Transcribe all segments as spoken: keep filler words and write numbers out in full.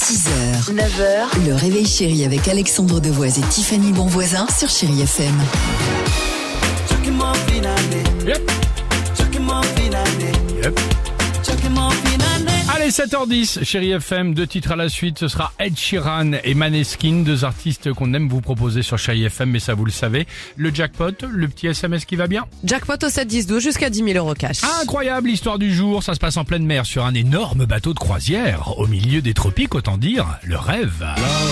six heures, neuf heures, le réveil chéri avec Alexandre Devoise et Tiffany Bonvoisin sur Chéri F M. Yep. Yep. Allez, sept heures dix, Chéri F M, deux titres à la suite, ce sera Ed Sheeran et Maneskin, deux artistes qu'on aime vous proposer sur Chéri F M, mais ça vous le savez. Le jackpot, le petit S M S qui va bien. Jackpot au sept dix douze jusqu'à dix mille euros cash. Incroyable histoire du jour, ça se passe en pleine mer sur un énorme bateau de croisière, au milieu des tropiques, autant dire, le rêve.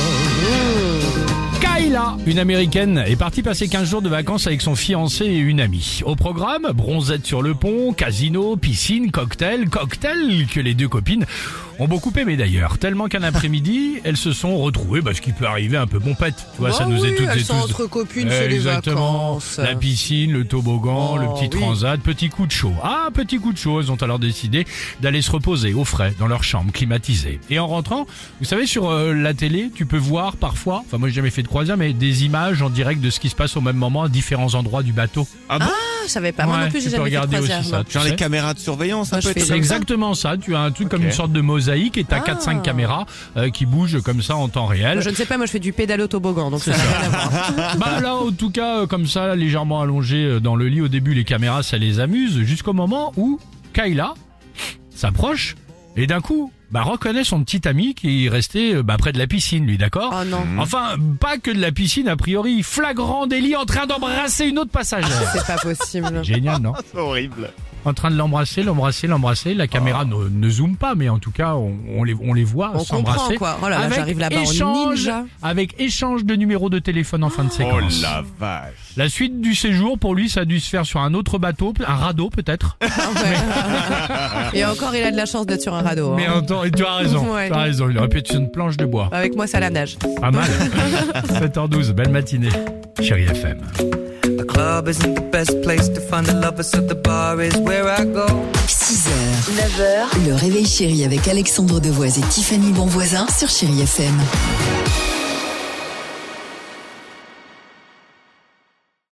Kayla, une américaine, est partie passer quinze jours de vacances avec son fiancé et une amie. Au programme, bronzette sur le pont, casino, piscine, cocktail, cocktail que les deux copines ont beaucoup aimé d'ailleurs. Tellement qu'un après-midi, elles se sont retrouvées, bah, ce qui peut arriver un peu pompette. Tu vois, bah ça nous oui, est toutes elles et sont tous. entre copines, Eh, c'est les exactement. vacances. La piscine, le toboggan, Oh, le petit oui. transat, petit coup de chaud. Ah, petit coup de chaud. Elles ont alors décidé d'aller se reposer au frais dans leur chambre climatisée. Et en rentrant, vous savez, sur euh, la télé, tu peux voir parfois, enfin moi j'ai jamais fait de croisière, mais des images en direct de ce qui se passe au même moment à différents endroits du bateau. Ah bon? Ah, je savais pas. Moi Ouais, non plus, tu j'ai peux jamais fait de regarder croisière. aussi ça. non. Tu Genre sais les caméras de surveillance, Moi, un je peu fais tout C'est ça. comme ça. exactement ça. Tu as un truc comme Ok. une sorte de mosaïque et t'as Ah. quatre cinq caméras euh, qui bougent comme ça en temps réel. Je ne sais pas, moi je fais du pédalo toboggan, donc ça n'a rien à voir. Bah là, en tout cas, euh, comme ça, légèrement allongé euh, dans le lit, au début, les caméras, ça les amuse, jusqu'au moment où Kayla s'approche et d'un coup, bah reconnaît son petit ami qui est resté euh, bah, près de la piscine, lui, d'accord? Oh non, Enfin, pas que de la piscine, a priori, flagrant délit en train d'embrasser une autre passagère. c'est pas possible. Génial, non? C'est horrible. En train de l'embrasser, l'embrasser, l'embrasser. La caméra ne, ne zoome pas, mais en tout cas, on, on les, on les voit On s'embrasser. comprend quoi. Oh là là, Avec j'arrive là-bas en échange- ninja. Avec échange de numéros de téléphone en fin de Oh séquence. la vache. La suite du séjour, pour lui, ça a dû se faire sur un autre bateau, un radeau peut-être. Et encore, il a de la chance d'être sur un radeau. Mais hein. en temps, et tu as raison, Ouais. tu as raison. Il aurait pu être sur une planche de bois. Avec moi, ça la nage. Pas mal. sept heures douze, belle matinée. Chéri F M. The club isn't the best place to find the lovers, so the bar is where I go. six heures, neuf heures, le réveil chéri avec Alexandre Devoise et Tiffany Bonvoisin sur Chéri F M.